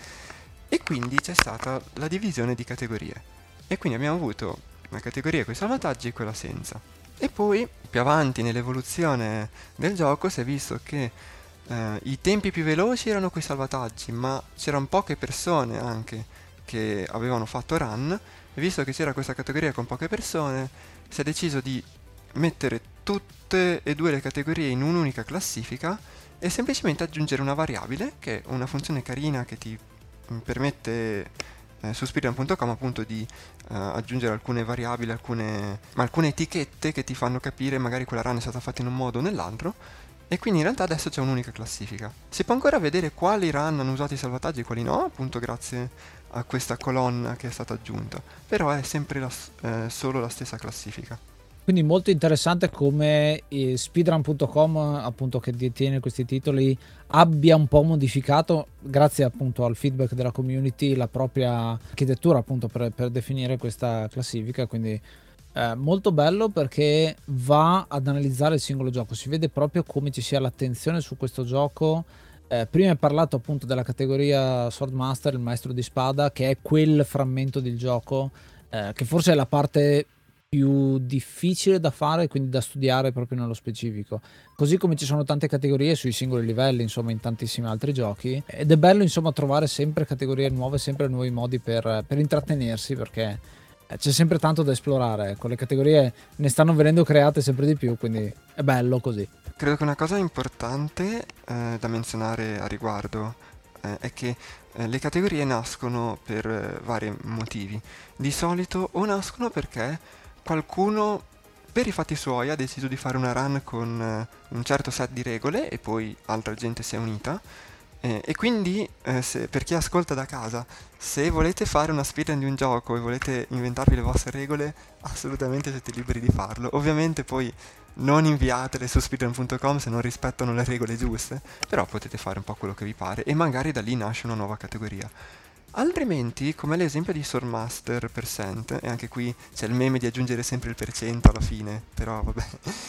Speaker 5: e quindi c'è stata la divisione di categorie, e quindi abbiamo avuto una categoria con i salvataggi e quella senza. E poi più avanti nell'evoluzione del gioco si è visto che eh, i tempi più veloci erano coi salvataggi, ma c'erano poche persone anche che avevano fatto run, e visto che c'era questa categoria con poche persone si è deciso di mettere tutte e due le categorie in un'unica classifica e semplicemente aggiungere una variabile, che è una funzione carina che ti permette eh, su speedrun punto com appunto di eh, aggiungere alcune variabili, alcune, alcune etichette che ti fanno capire magari quella run è stata fatta in un modo o nell'altro, e quindi in realtà adesso c'è un'unica classifica. Si può ancora vedere quali run hanno usato i salvataggi e quali no, appunto grazie a questa colonna che è stata aggiunta, però è sempre la, eh, solo la stessa classifica.
Speaker 2: Quindi molto interessante come eh, speedrun punto com, appunto, che detiene questi titoli, abbia un po' modificato, grazie appunto al feedback della community, la propria architettura appunto per, per definire questa classifica. Quindi eh, molto bello, perché va ad analizzare il singolo gioco, si vede proprio come ci sia l'attenzione su questo gioco. Eh, prima hai parlato appunto della categoria Swordmaster, il maestro di spada, che è quel frammento del gioco eh, che forse è la parte più difficile da fare, quindi da studiare proprio nello specifico, così come ci sono tante categorie sui singoli livelli, insomma, in tantissimi altri giochi, ed è bello insomma trovare sempre categorie nuove, sempre nuovi modi per, per intrattenersi, perché c'è sempre tanto da esplorare, con le categorie ne stanno venendo create sempre di più, quindi è bello così.
Speaker 5: Credo che una cosa importante eh, da menzionare a riguardo eh, è che eh, le categorie nascono per eh, vari motivi. Di solito o nascono perché qualcuno per i fatti suoi ha deciso di fare una run con eh, un certo set di regole e poi altra gente si è unita, eh, e quindi eh, se, per chi ascolta da casa, se volete fare una speedrun di un gioco e volete inventarvi le vostre regole, assolutamente siete liberi di farlo. Ovviamente poi non inviatele su speedrun punto com se non rispettano le regole giuste, però potete fare un po' quello che vi pare e magari da lì nasce una nuova categoria. Altrimenti, come l'esempio di Swordmaster percent, e anche qui c'è il meme di aggiungere sempre il percento alla fine, però vabbè,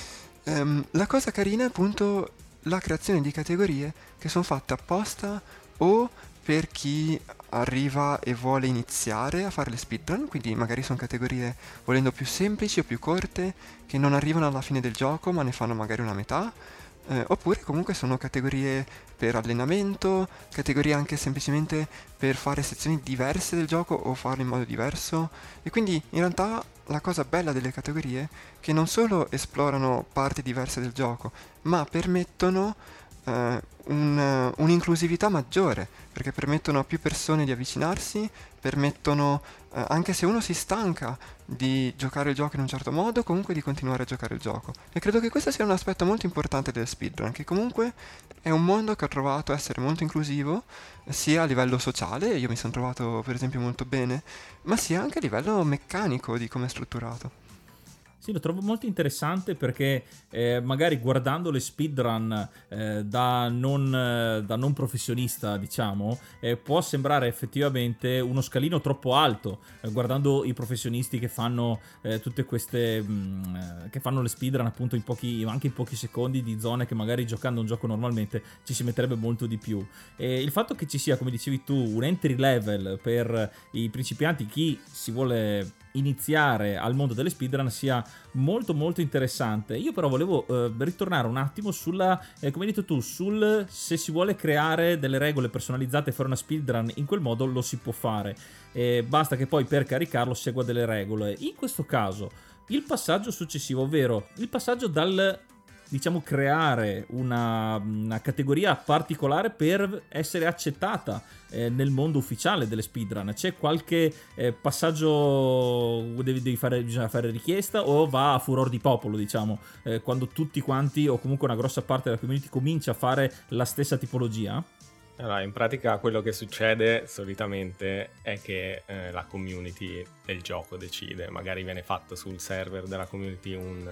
Speaker 5: um, la cosa carina è appunto la creazione di categorie che sono fatte apposta o per chi arriva e vuole iniziare a fare le speedrun, quindi magari sono categorie volendo più semplici o più corte, che non arrivano alla fine del gioco ma ne fanno magari una metà, eh, oppure comunque sono categorie per allenamento, categorie anche semplicemente per fare sezioni diverse del gioco o farlo in modo diverso. E quindi in realtà la cosa bella delle categorie è che non solo esplorano parti diverse del gioco, ma permettono Uh, un, uh, un'inclusività maggiore, perché permettono a più persone di avvicinarsi, permettono, uh, anche se uno si stanca di giocare il gioco in un certo modo, comunque di continuare a giocare il gioco. E credo che questo sia un aspetto molto importante del speedrun, che comunque è un mondo che ho trovato essere molto inclusivo, sia a livello sociale, io mi sono trovato per esempio molto bene, ma sia anche a livello meccanico di come è strutturato.
Speaker 1: Sì, lo trovo molto interessante perché eh, magari guardando le speedrun eh, da, non, eh, da non professionista, diciamo, eh, può sembrare effettivamente uno scalino troppo alto, eh, guardando i professionisti che fanno eh, tutte queste mh, che fanno le speedrun appunto in pochi, anche in pochi secondi, di zone che magari giocando un gioco normalmente ci si metterebbe molto di più. E il fatto che ci sia, come dicevi tu, un entry level per i principianti, chi si vuole iniziare al mondo delle speedrun, sia molto molto interessante. Io però volevo eh, ritornare un attimo sulla, eh, come hai detto tu, sul se si vuole creare delle regole personalizzate e fare una speedrun in quel modo lo si può fare, eh, basta che poi per caricarlo segua delle regole. In questo caso il passaggio successivo, ovvero il passaggio dal, diciamo, creare una, una categoria particolare per essere accettata eh, nel mondo ufficiale delle speedrun, c'è qualche eh, passaggio, devi, devi fare, bisogna fare richiesta, o va a furor di popolo, diciamo, eh, quando tutti quanti o comunque una grossa parte della community comincia a fare la stessa tipologia?
Speaker 3: Allora, in pratica quello che succede solitamente è che eh, la community del gioco decide, magari viene fatto sul server della community un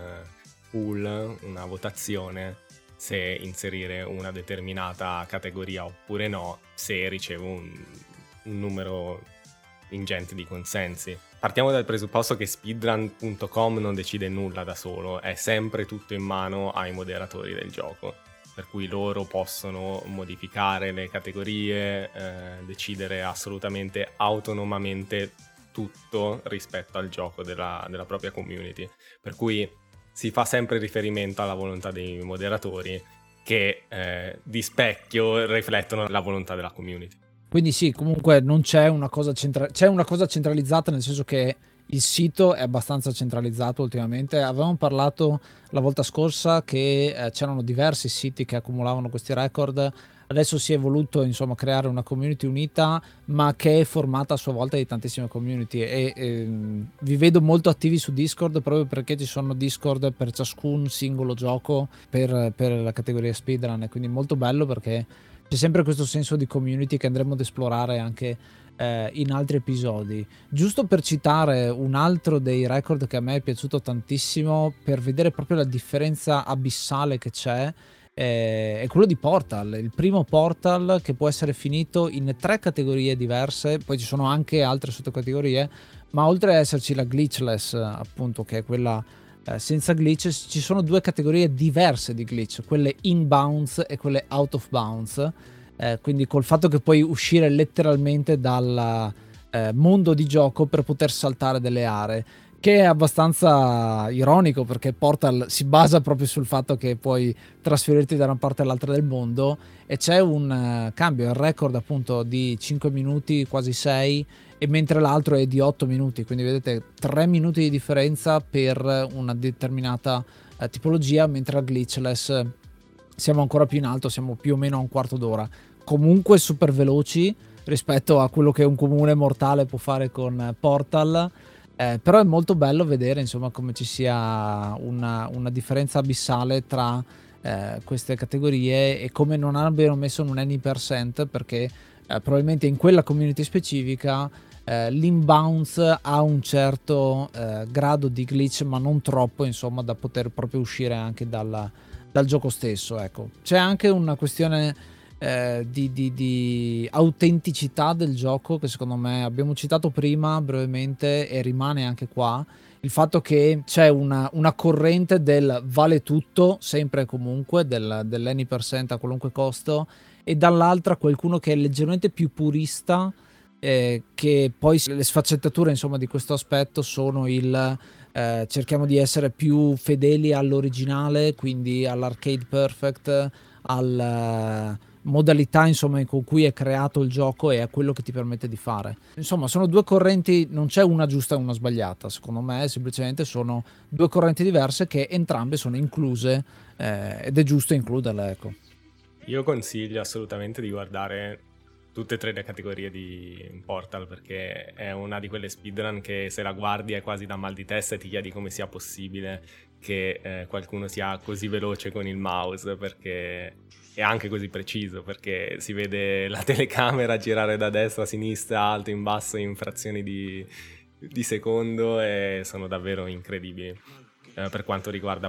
Speaker 3: pool, una votazione, se inserire una determinata categoria oppure no, se riceve un, un numero ingente di consensi. Partiamo dal presupposto che speedrun punto com non decide nulla da solo, è sempre tutto in mano ai moderatori del gioco. per cui loro possono modificare le categorie, eh, decidere assolutamente autonomamente tutto rispetto al gioco della, della propria community, per cui si fa sempre riferimento alla volontà dei moderatori che eh, di specchio riflettono la volontà della community.
Speaker 2: Quindi sì, comunque non c'è una cosa centra- c'è una cosa centralizzata, nel senso che il sito è abbastanza centralizzato ultimamente. Avevamo parlato la volta scorsa che eh, c'erano diversi siti che accumulavano questi record. Adesso si è voluto insomma creare una community unita, ma che è formata a sua volta di tantissime community, e ehm, vi vedo molto attivi su Discord, proprio perché ci sono Discord per ciascun singolo gioco per, per la categoria speedrun, e quindi molto bello perché c'è sempre questo senso di community che andremo ad esplorare anche eh, in altri episodi. Giusto per citare un altro dei record che a me è piaciuto tantissimo, per vedere proprio la differenza abissale che c'è, è quello di Portal, il primo Portal che può essere finito in tre categorie diverse, poi ci sono anche altre sottocategorie, ma oltre ad esserci la glitchless, appunto, che è quella eh, senza glitch, ci sono due categorie diverse di glitch, quelle in bounds e quelle out of bounds, eh, quindi col fatto che puoi uscire letteralmente dal eh, mondo di gioco per poter saltare delle aree, che è abbastanza ironico perché Portal si basa proprio sul fatto che puoi trasferirti da una parte all'altra del mondo, e c'è un uh, cambio, il record appunto di cinque minuti, quasi sei, e mentre l'altro è di otto minuti, quindi vedete tre minuti di differenza per una determinata uh, tipologia, mentre a glitchless siamo ancora più in alto, siamo più o meno a un quarto d'ora, comunque super veloci rispetto a quello che un comune mortale può fare con Portal. Eh, però è molto bello vedere insomma come ci sia una, una differenza abissale tra eh, queste categorie, e come non abbiano messo un any percent, perché eh, probabilmente in quella community specifica eh, l'inbounds ha un certo eh, grado di glitch, ma non troppo insomma da poter proprio uscire anche dal, dal gioco stesso. Ecco, c'è anche una questione Eh, di, di, di autenticità del gioco che secondo me abbiamo citato prima brevemente, e rimane anche qua il fatto che c'è una, una corrente del vale tutto sempre e comunque, del, dell'any percent a qualunque costo, e dall'altra qualcuno che è leggermente più purista, eh, che poi le sfaccettature insomma di questo aspetto sono il eh, cerchiamo di essere più fedeli all'originale, quindi all'arcade perfect, al modalità insomma con cui è creato il gioco e a quello che ti permette di fare. Insomma sono due correnti, non c'è una giusta e una sbagliata, secondo me semplicemente sono due correnti diverse che entrambe sono incluse eh, ed è giusto includerle, ecco.
Speaker 3: Io consiglio assolutamente di guardare tutte e tre le categorie di Portal, perché è una di quelle speedrun che se la guardi è quasi da mal di testa e ti chiedi come sia possibile che eh, qualcuno sia così veloce con il mouse, perché è anche così preciso, perché si vede la telecamera girare da destra a sinistra, alto in basso in frazioni di, di secondo, e sono davvero incredibili. Eh, per quanto riguarda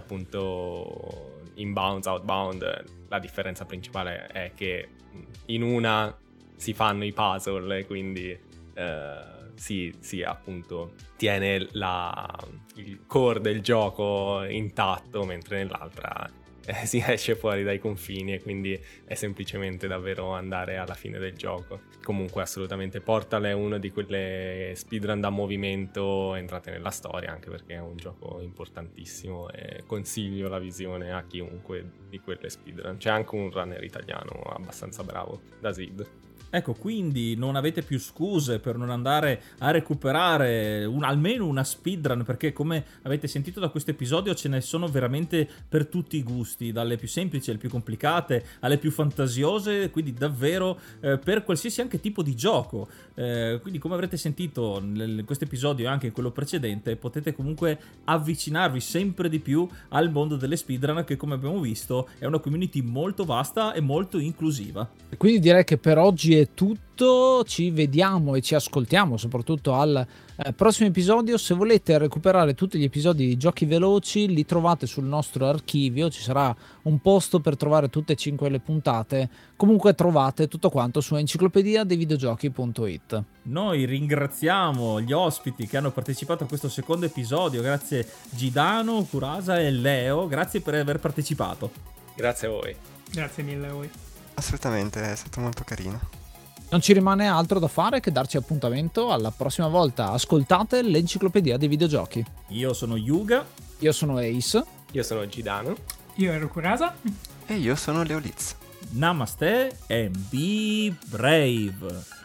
Speaker 3: appunto inbound, outbound, la differenza principale è che in una si fanno i puzzle, quindi eh, sì, sì, appunto tiene la, il core del gioco intatto, mentre nell'altra eh, si esce fuori dai confini, e quindi è semplicemente davvero andare alla fine del gioco. Comunque assolutamente Portal è una di quelle speedrun da movimento entrate nella storia, anche perché è un gioco importantissimo, e consiglio la visione a chiunque di quelle speedrun. C'è anche un runner italiano abbastanza bravo, Dasid.
Speaker 1: Ecco, quindi non avete più scuse per non andare a recuperare un, almeno una speedrun, perché come avete sentito da questo episodio ce ne sono veramente per tutti i gusti, dalle più semplici alle più complicate alle più fantasiose, quindi davvero eh, per qualsiasi anche tipo di gioco. Eh, quindi come avrete sentito in questo episodio e anche in quello precedente, potete comunque avvicinarvi sempre di più al mondo delle speedrun, che come abbiamo visto è una community molto vasta e molto inclusiva.
Speaker 2: Quindi direi che per oggi è tutto, ci vediamo e ci ascoltiamo soprattutto al eh, prossimo episodio. Se volete recuperare tutti gli episodi di Giochi Veloci li trovate sul nostro archivio, ci sarà un posto per trovare tutte e cinque le puntate. Comunque trovate tutto quanto su enciclopedia dei videogiochi punto it.
Speaker 1: Noi ringraziamo gli ospiti che hanno partecipato a questo secondo episodio, grazie Gidano, Kurasa e Leo, grazie per aver partecipato.
Speaker 3: Grazie a voi.
Speaker 4: Grazie mille a voi.
Speaker 5: Assolutamente, è stato molto carino.
Speaker 2: Non ci rimane altro da fare che darci appuntamento alla prossima volta. Ascoltate l'Enciclopedia dei Videogiochi.
Speaker 1: Io sono Yuga.
Speaker 2: Io sono Ace.
Speaker 3: Io sono Gidano.
Speaker 4: Io ero Kurasa.
Speaker 5: E io sono Leoliz.
Speaker 1: Namaste and be brave.